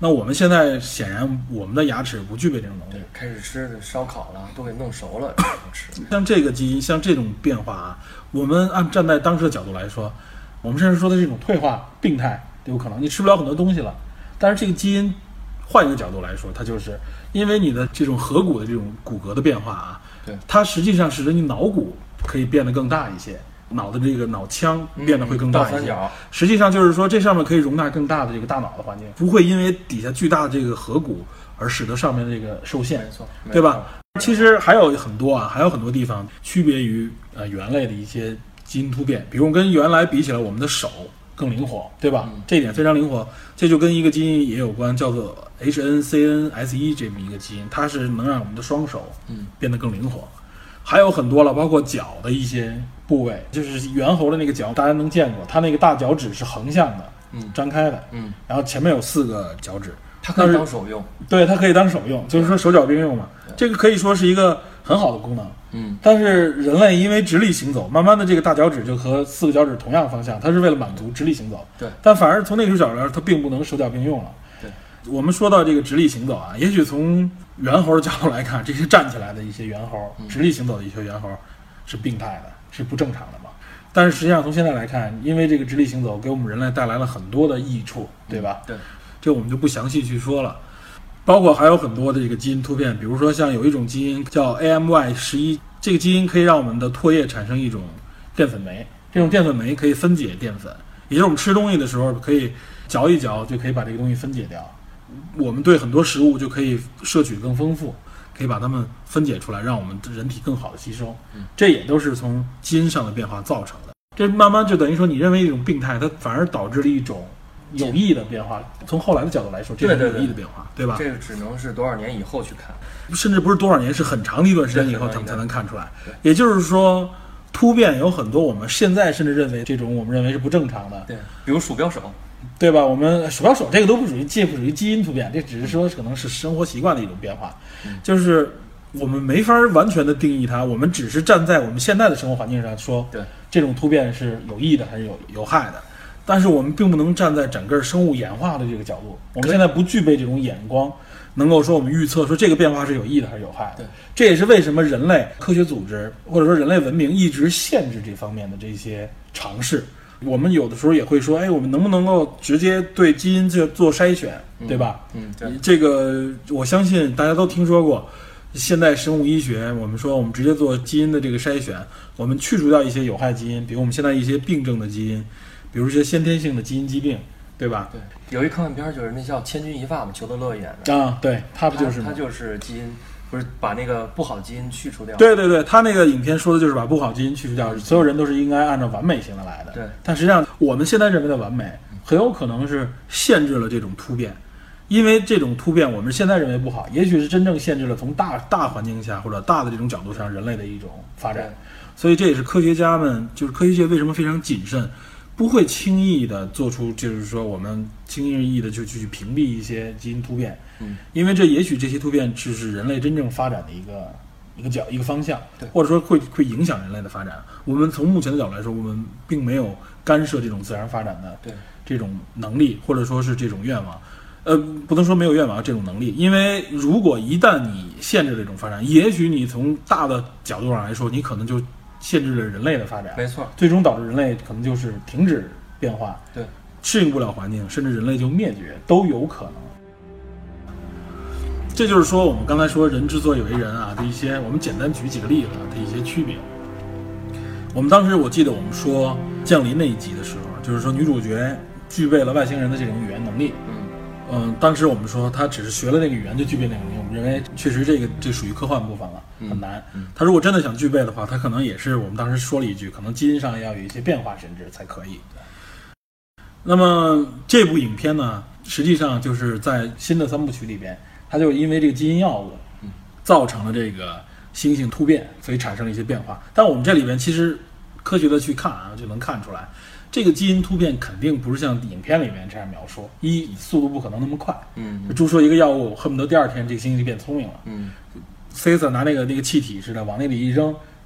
那我们现在显然我们的牙齿不具备这种能力， 开始吃烧烤了，都给弄熟了然后吃。 像这个基因，像这种变化啊，我们按站在当时的角度来说，我们甚至说的这种退化病态有可能，你吃不了很多东西了。但是这个基因换一个角度来说，它就是因为你的这种颌骨的这种骨骼的变化啊， 对， 它实际上使得你脑骨可以变得更大一些，脑的这个脑腔变得会更大一些。 倒三角， 实际上就是说，这上面可以容纳更大的这个大脑的环境，不会因为底下巨大的这个颌骨而使得上面的这个受限， 没错， 对吧？其实还有很多啊，还有很多地方区别于呃猿类的一些基因突变，比如跟原来比起来，我们的手更灵活，对吧？ 嗯、 这一点非常灵活，这就跟一个基因也有关，叫做 H N C N S 一 这么一个基因，它是能让我们的双手嗯变得更灵活。还有很多了，包括脚的一些部位，就是猿猴的那个脚，大家能见过，它那个大脚趾是横向的， 嗯， 张开的， 嗯， 然后前面有四个脚趾， 它可以当手用， 对，它可以当手用，就是说手脚并用嘛，这个可以说是一个很好的功能。 嗯， 但是人类因为直立行走，慢慢的这个大脚趾就和四个脚趾同样方向，它是为了满足直立行走。 对， 但反而从那个角度来说，它并不能手脚并用了。 对， 我们说到这个直立行走啊，也许从猿猴的角度来看，这些站起来的一些猿猴，直立行走的一些猿猴是病态的，是不正常的嘛。但是实际上从现在来看，因为这个直立行走给我们人类带来了很多的益处，对吧？ 对， 这我们就不详细去说了。包括还有很多的这个基因突变，比如说像有一种基因叫 A M Y 十一，这个基因可以让我们的唾液产生一种淀粉酶，这种淀粉酶可以分解淀粉，也就是我们吃东西的时候可以嚼一嚼就可以把这个东西分解掉。我们对很多食物就可以摄取更丰富，可以把它们分解出来，让我们人体更好的吸收。这也都是从基因上的变化造成的。这慢慢就等于说，你认为一种病态，它反而导致了一种有益的变化。从后来的角度来说，这是有益的变化， 对, 对, 对, 对吧？ 这个只能是多少年以后去看， 甚至不是多少年，是很长的一段时间以后他们才能看出来。也就是说，突变有很多我们现在甚至认为这种我们认为是不正常的， 对，比如鼠标手， 对吧？我们鼠标手这个都不属于，既不属于基因突变，这只是说可能是生活习惯的一种变化， 嗯、 就是我们没法完全的定义它，我们只是站在我们现在的生活环境上说， 对， 这种突变是有益的还是有有害的。但是我们并不能站在整个生物演化的这个角度，我们现在不具备这种眼光，能够说我们预测说这个变化是有益的还是有害的。这也是为什么人类科学组织或者说人类文明一直限制这方面的这些尝试。我们有的时候也会说，哎，我们能不能够直接对基因做做筛选，对吧？ 嗯，对。 这个我相信大家都听说过，现代生物医学，我们说我们直接做基因的这个筛选，我们去除掉一些有害基因，比如我们现在一些病症的基因。比如一些先天性的基因疾病，对吧？ 对，有一科幻片就是那叫《千钧一发》嘛，裘德勒演的啊，对，他不就是他就是基因，不是把那个不好基因去除掉。 对对对，他那个影片说的就是把不好基因去除掉，所有人都是应该按照完美型的来的。 对， 但实际上我们现在认为的完美，很有可能是限制了这种突变，因为这种突变我们现在认为不好，也许是真正限制了从大大环境下或者大的这种角度上人类的一种发展。所以这也是科学家们，就是科学界为什么非常谨慎。不会轻易的做出，就是说我们轻易的就去屏蔽一些基因突变， 嗯， 因为这也许这些突变只是人类真正发展的一个一个角一个方向， 对， 或者说会会影响人类的发展。我们从目前的角度来说，我们并没有干涉这种自然发展的这种能力，或者说是这种愿望，呃，不能说没有愿望这种能力，因为如果一旦你限制这种发展，也许你从大的角度上来说，你可能就限制了人类的发展， 没错， 最终导致人类可能就是停止变化， 对， 适应不了环境，甚至人类就灭绝都有可能。这就是说，我们刚才说人之所以为人啊的一些，我们简单举几个例子啊的一些区别。我们当时我记得我们说降临那一集的时候，就是说女主角具备了外星人的这种语言能力， 嗯嗯，当时我们说她只是学了那个语言就具备那个能力，我们认为确实这个这属于科幻部分了，很难。 嗯嗯、 她如果真的想具备的话，她可能也是我们当时说了一句，可能基因上要有一些变化，甚至才可以。那么这部影片呢，实际上就是在新的三部曲里边，它就因为这个基因药物造成了这个猩猩突变，所以产生了一些变化。但我们这里边其实科学的去看啊，就能看出来。这个基因突变肯定不是像影片里面这样描述，一速度不可能那么快， 嗯， 注射一个药物，恨不得第二天这个猩猩就变聪明了， 嗯 ，Caesar 拿那个那个气体似的往那里一扔，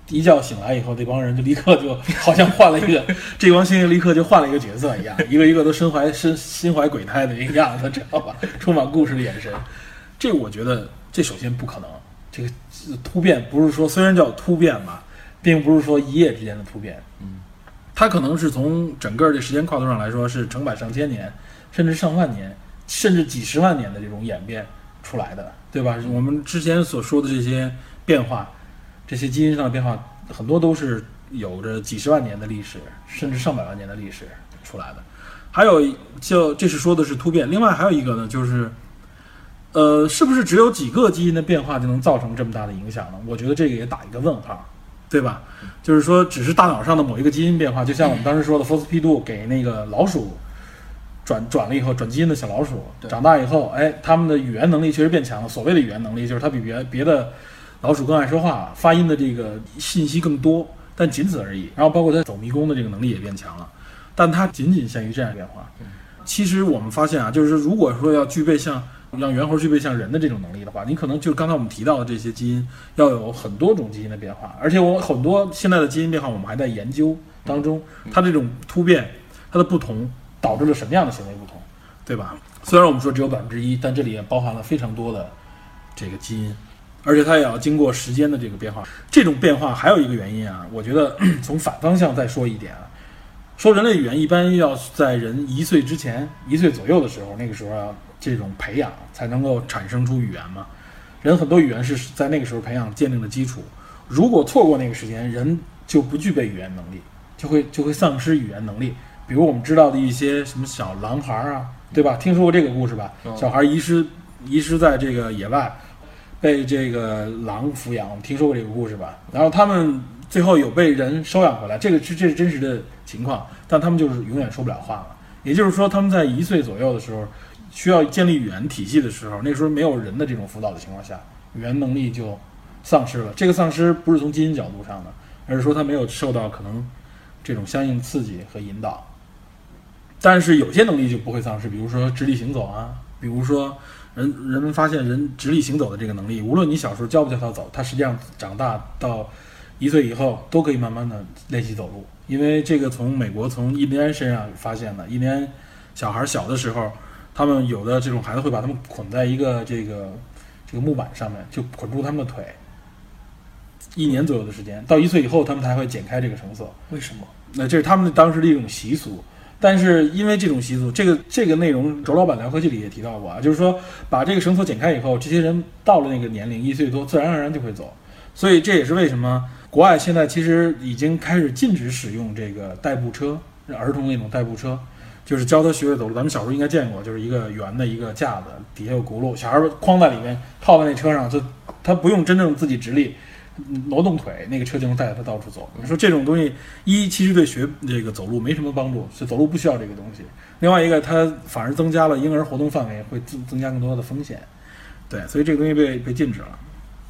一觉醒来以后，这帮人就立刻就好像换了一个，这帮猩猩立刻就换了一个角色一样，一个一个都身怀身心怀鬼胎的一个样子，知道吧？充满故事的眼神。这个我觉得，这首先不可能。这个突变不是说虽然叫突变吧，并不是说一夜之间的突变， 嗯， 它可能是从整个这时间跨度上来说是成百上千年，甚至上万年，甚至几十万年的这种演变出来的，对吧？我们之前所说的这些变化，这些基因上的变化，很多都是有着几十万年的历史，甚至上百万年的历史出来的。还有就这是说的是突变，另外还有一个呢，就是呃，是不是只有几个基因的变化就能造成这么大的影响呢？我觉得这个也打一个问号，对吧？就是说，只是大脑上的某一个基因变化，就像我们当时说的佛斯匹度给那个老鼠转转了以后，转基因的小老鼠长大以后，哎，他们的语言能力确实变强了。所谓的语言能力，就是它比别别的老鼠更爱说话，发音的这个信息更多，但仅此而已。然后包括它走迷宫的这个能力也变强了，但它仅仅限于这样变化。其实我们发现啊，就是如果说要具备像让猿猴具备像人的这种能力的话，你可能就刚才我们提到的这些基因要有很多种基因的变化，而且我很多现在的基因变化我们还在研究当中，它这种突变它的不同导致了什么样的行为不同，对吧？虽然我们说只有百分之一，但这里也包含了非常多的这个基因，而且它也要经过时间的这个变化。这种变化还有一个原因啊，我觉得从反方向再说一点啊，说人类语言一般要在人一岁之前一岁左右的时候，那个时候要这种培养才能够产生出语言嘛。人很多语言是在那个时候培养建立的基础，如果错过那个时间，人就不具备语言能力，就会就会丧失语言能力。比如我们知道的一些什么小狼孩啊，对吧？听说过这个故事吧？小孩遗失遗失在这个野外，被这个狼抚养，我们听说过这个故事吧？然后他们最后有被人收养回来，这个是这是真实的情况，但他们就是永远说不了话了。也就是说，他们在一岁左右的时候，需要建立语言体系的时候，那时候没有人的这种辅导的情况下，语言能力就丧失了。这个丧失不是从基因角度上的，而是说他没有受到可能这种相应刺激和引导。但是有些能力就不会丧失，比如说直立行走啊，比如说人人们发现人直立行走的这个能力，无论你小时候教不教他走，他实际上长大到一岁以后都可以慢慢的练习走路。因为这个从美国从印第安身上发现的，印第安小孩小的时候，他们有的这种孩子会把他们捆在一个这个这个木板上面，就捆住他们的腿，一年左右的时间，到一岁以后他们才会剪开这个绳索。 为什么？ 那这是他们当时的一种习俗。但是因为这种习俗，这个这个内容周老板聊科技里也提到过啊，就是说把这个绳索剪开以后，这些人到了那个年龄一岁多，自然而然就会走。所以这也是为什么国外现在其实已经开始禁止使用这个代步车，儿童那种代步车，就是教他学会走路。咱们小时候应该见过，就是一个圆的一个架子，底下有轱辘，小孩框在里面，套在那车上，就他不用真正自己直立挪动腿，那个车就能带着他到处走。你说这种东西，一其实对学这个走路没什么帮助，所以走路不需要这个东西。另外一个，它反而增加了婴儿活动范围，会增增加更多的风险。对，所以这个东西被被禁止了。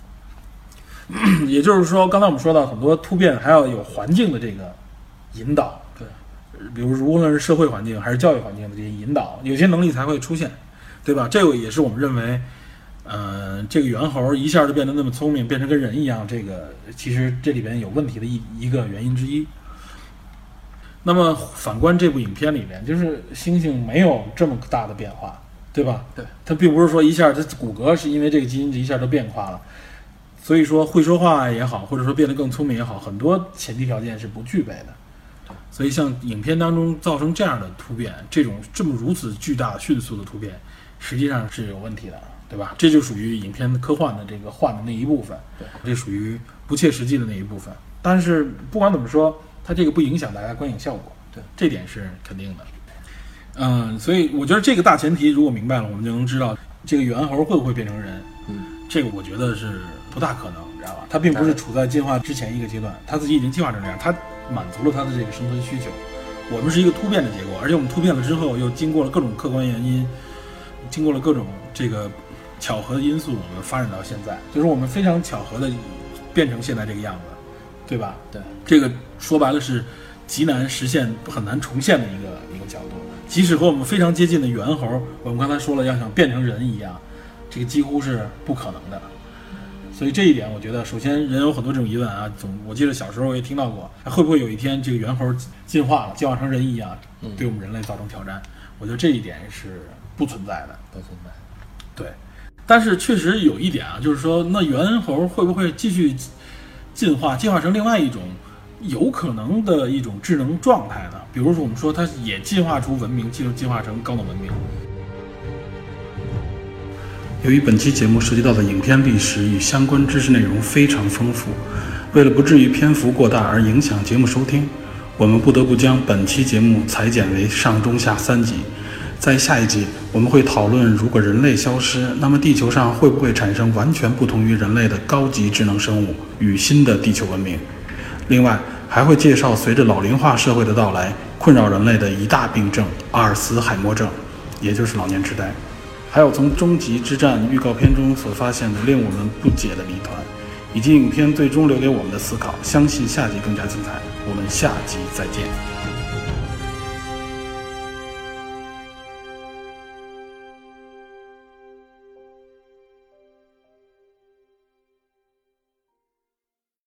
也就是说，刚才我们说到很多突变还要有环境的这个引导， 对， 比如无论是社会环境还是教育环境的这些引导，有些能力才会出现，对吧？这个也是我们认为。呃，这个猿猴一下就变得那么聪明，变成跟人一样，这个其实这里边有问题的一一个原因之一。那么反观这部影片里面，就是猩猩没有这么大的变化，对吧？ 对， 它并不是说一下它骨骼是因为这个基因一下就变化了，所以说会说话也好，或者说变得更聪明也好，很多前提条件是不具备的。所以像影片当中造成这样的突变，这种这么如此巨大迅速的突变，实际上是有问题的。对吧？这就属于影片科幻的这个幻的那一部分，对，这属于不切实际的那一部分。但是不管怎么说，它这个不影响大家观影效果， 对， 这点是肯定的。嗯，所以我觉得这个大前提如果明白了，我们就能知道这个猿猴会不会变成人。 嗯， 这个我觉得是不大可能，你知道吧？它并不是处在进化之前一个阶段，它自己已经进化成这样，它满足了它的这个生存需求。我们是一个突变的结果，而且我们突变了之后，又经过了各种客观原因，经过了各种这个。巧合的因素，我们发展到现在，就是我们非常巧合的变成现在这个样子，对吧？ 对， 这个说白了是极难实现、很难重现的一个一个角度。即使和我们非常接近的猿猴，我们刚才说了，要想变成人一样，这个几乎是不可能的。 所以这一点，我觉得首先人有很多这种疑问啊。总我记得小时候我也听到过，会不会有一天这个猿猴进化了，进化成人一样，对我们人类造成挑战？我觉得这一点是不存在的， 不存在。 对，但是确实有一点啊，就是说，那猿猴会不会继续进化，进化成另外一种有可能的一种智能状态呢？比如说，我们说它也进化出文明，进进化成高等文明。 由于本期节目涉及到的影片历史与相关知识内容非常丰富，为了不至于篇幅过大而影响节目收听，我们不得不将本期节目裁剪为上中下三集。在下一集，我们会讨论如果人类消失，那么地球上会不会产生完全不同于人类的高级智能生物与新的地球文明。另外，还会介绍随着老龄化社会的到来，困扰人类的一大病症阿尔茨海默症，也就是老年痴呆。还有从终极之战预告片中所发现的令我们不解的谜团，以及影片最终留给我们的思考。相信下集更加精彩，我们下集再见。